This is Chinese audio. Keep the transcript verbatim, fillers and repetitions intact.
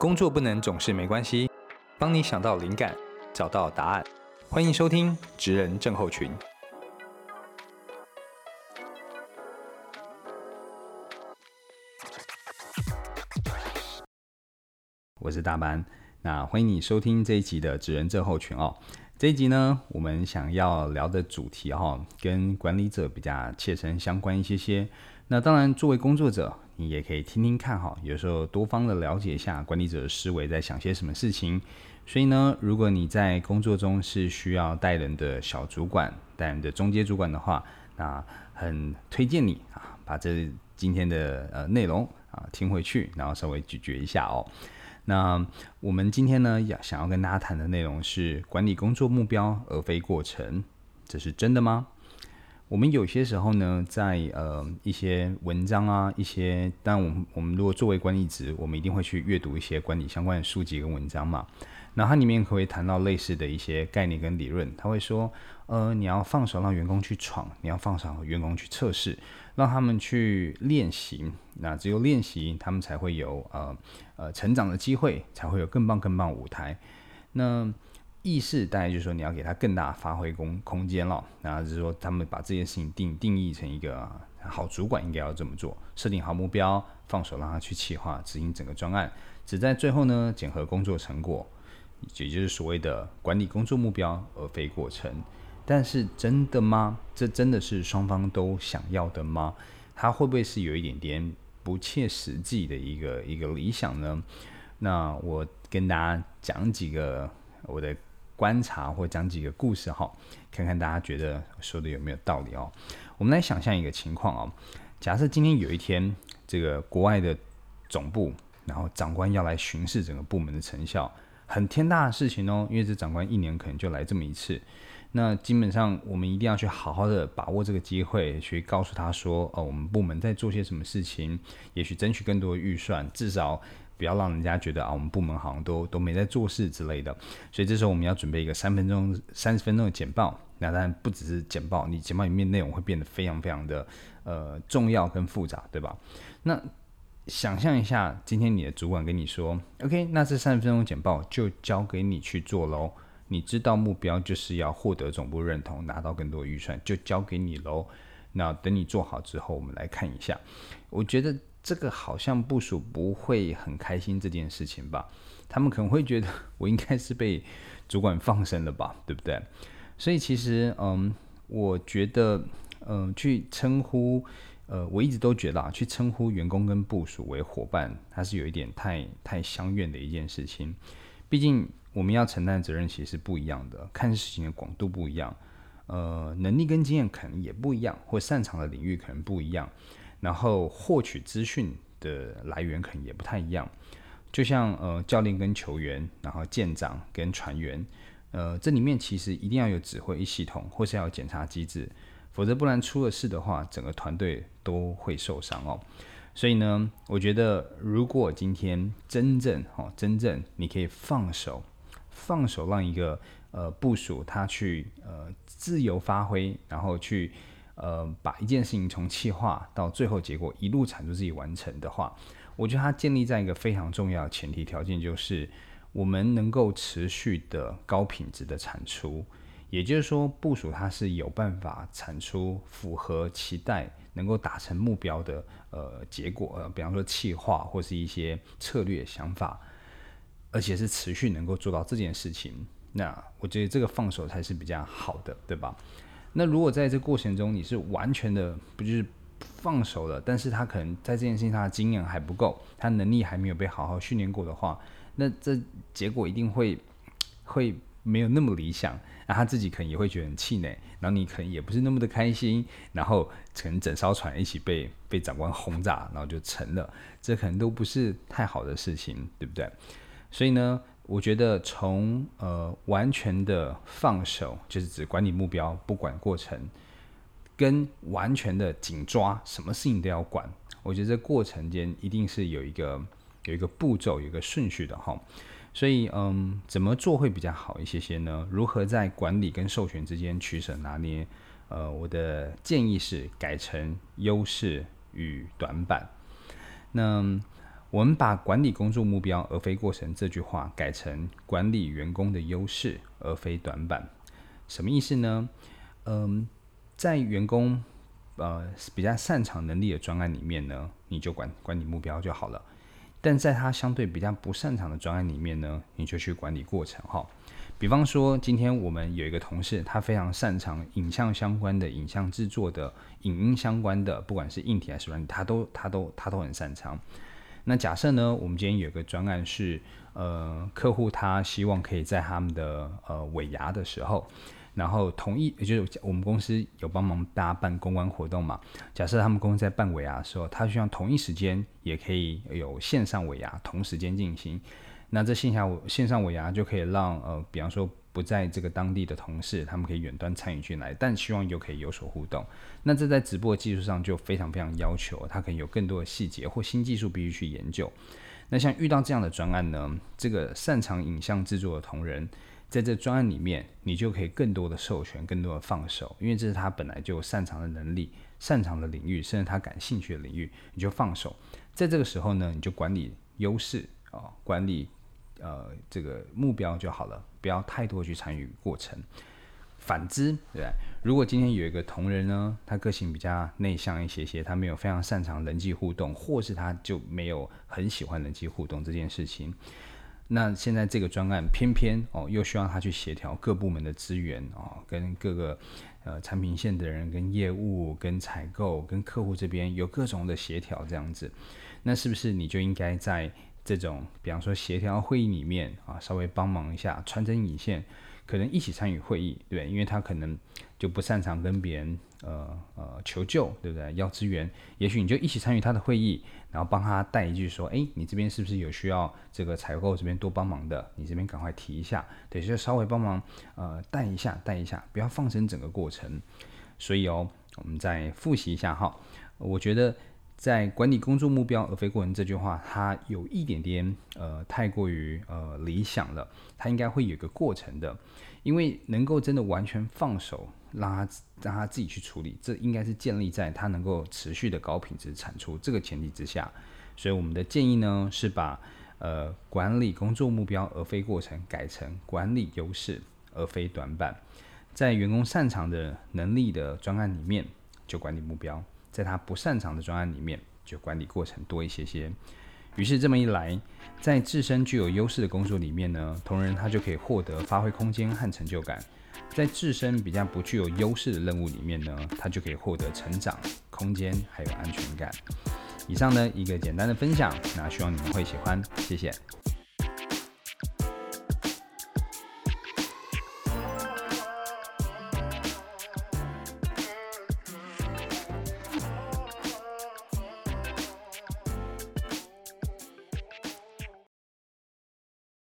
工作不能总是没关系，帮你想到灵感，找到答案。欢迎收听职人症候群。我是大班，那欢迎你收听这一集的职人症候群哦。这一集呢，我们想要聊的主题哦，跟管理者比较切身相关一些些。那当然，作为工作者，你也可以听听看哈，有时候多方的了解一下管理者的思维在想些什么事情。所以呢，如果你在工作中是需要带人的小主管、带人的中阶主管的话，那很推荐你啊，把这今天的呃内容啊听回去，然后稍微咀嚼一下哦。那我们今天呢，想要跟大家谈的内容是管理工作目标而非过程，这是真的吗？我们有些时候呢，在呃一些文章啊，一些当然我们我们如果作为管理职，我们一定会去阅读一些管理相关的书籍跟文章嘛。那它里面可以谈到类似的一些概念跟理论，他会说，呃，你要放手让员工去闯，你要放手让员工去测试，让他们去练习。那只有练习，他们才会有呃呃成长的机会，才会有更棒更棒的舞台。那意识大概就是说，你要给他更大的发挥空空间了。那就是说，他们把这件事情定定义成一个好主管应该要这么做，设定好目标，放手让他去企划执行整个专案，只在最后呢检核工作成果。也就是所谓的管理工作目标而非过程。但是真的吗？这真的是双方都想要的吗？它会不会是有一点点不切实际的一个一个理想呢？那我跟大家讲几个我的观察，或讲几个故事哈，看看大家觉得说的有没有道理哦。我们来想象一个情况哦，假设今天有一天，这个国外的总部，然后长官要来巡视整个部门的成效。很天大的事情哦，因为这长官一年可能就来这么一次，那基本上我们一定要去好好的把握这个机会，去告诉他说，哦，我们部门在做些什么事情，也许争取更多的预算，至少不要让人家觉得啊，我们部门好像都都没在做事之类的。所以这时候我们要准备一个三分钟、三十分钟的简报。那当然不只是简报，你简报里面内容会变得非常非常的呃重要跟复杂，对吧？那想象一下，今天你的主管跟你说 OK， 那这三十分钟简报就交给你去做咯，你知道目标就是要获得总部认同，拿到更多预算，就交给你咯。那等你做好之后，我们来看一下。我觉得这个好像部属不会很开心这件事情吧，他们可能会觉得我应该是被主管放生了吧，对不对？所以其实嗯，我觉得嗯，去称呼呃，我一直都觉得啊，去称呼员工跟部属为伙伴，它是有一点太太相怨的一件事情。毕竟我们要承担的责任其实是不一样的，看事情的广度不一样，呃，能力跟经验可能也不一样，或擅长的领域可能不一样，然后获取资讯的来源可能也不太一样。就像呃教练跟球员，然后舰长跟船员，呃，这里面其实一定要有指挥系统，或是要有检查机制。否则不然出了事的话，整个团队都会受伤哦。所以呢，我觉得如果今天真正哦，真正你可以放手，放手让一个呃部属他去呃自由发挥，然后去呃把一件事情从企划到最后结果一路产出自己完成的话，我觉得它建立在一个非常重要的前提条件，就是我们能够持续的高品质的产出。也就是说，部属它是有办法产出符合期待、能够达成目标的呃结果，呃，比方说企划或是一些策略想法，而且是持续能够做到这件事情。那我觉得这个放手才是比较好的，对吧？那如果在这过程中你是完全的不就是放手了，但是他可能在这件事情他的经验还不够，他能力还没有被好好训练过的话，那这结果一定会会没有那么理想。那他自己可能也会觉得很气馁，然后你可能也不是那么的开心，然后可能整艘船一起被被长官轰炸，然后就沉了，这可能都不是太好的事情，对不对？所以呢，我觉得从呃完全的放手，就是指管理目标不管过程，跟完全的紧抓，什么事情都要管，我觉得这过程间一定是有一个有一个步骤，有一个顺序的哈。所以，嗯，怎么做会比较好一些些呢？如何在管理跟授权之间取舍拿捏？呃，我的建议是改成优势与短板。那我们把管理工作目标而非过程这句话改成管理员工的优势而非短板。什么意思呢？嗯，在员工呃比较擅长能力的专案里面呢，你就管管理目标就好了。但在他相对比较不擅长的专案里面呢，你就去管理过程哈。比方说，今天我们有一个同事，他非常擅长影像相关的、影像制作的、影音相关的，不管是硬体还是软体，他都他都他都很擅长。那假设呢，我们今天有一个专案是，呃，客户他希望可以在他们的呃尾牙的时候，然后同意，也就是我们公司有帮忙大家办公关活动嘛。假设他们公司在办尾牙的时候，他希望同一时间也可以有线上尾牙同时间进行。那这线下线上尾牙就可以让呃，比方说不在这个当地的同事，他们可以远端参与进来，但希望又可以有所互动。那这在直播的技术上就非常非常要求，它可以有更多的细节或新技术必须去研究。那像遇到这样的专案呢，这个擅长影像制作的同仁，在这专案里面，你就可以更多的授权，更多的放手，因为这是他本来就擅长的能力、擅长的领域，甚至他感兴趣的领域，你就放手。在这个时候呢，你就管理优势、哦、管理呃这个目标就好了，不要太多去参与过程。反之，对不对？如果今天有一个同仁呢，他个性比较内向一些些，他没有非常擅长人际互动，或是他就没有很喜欢人际互动这件事情，那现在这个专案偏偏哦又需要他去协调各部门的资源哦，跟各个呃产品线的人、跟业务、跟采购、跟客户这边有各种的协调这样子，那是不是你就应该在这种比方说协调会议里面啊，稍微帮忙一下，传真引线，可能一起参与会议，对不对？因为他可能就不擅长跟别人呃呃求救，对不对？要资源，也许你就一起参与他的会议，然后帮他带一句说，哎，你这边是不是有需要这个采购这边多帮忙的？你这边赶快提一下，对，就稍微帮忙呃带一下带一下，不要放生整个过程。所以哦，我们再复习一下哈，我觉得在管理工作目标而非过程这句话，它有一点点呃太过于呃理想了，它应该会有一个过程的，因为能够真的完全放手，让他让他自己去处理，这应该是建立在他能够持续的高品质产出这个前提之下。所以我们的建议呢是把呃管理工作目标而非过程改成管理优势而非短板，在员工擅长的能力的专案里面就管理目标，在他不擅长的专案里面就管理过程多一些些。于是这么一来，在自身具有优势的工作里面呢，同仁他就可以获得发挥空间和成就感；在自身比较不具有优势的任务里面呢，他就可以获得成长空间还有安全感。以上呢一个简单的分享，那希望你们会喜欢，谢谢。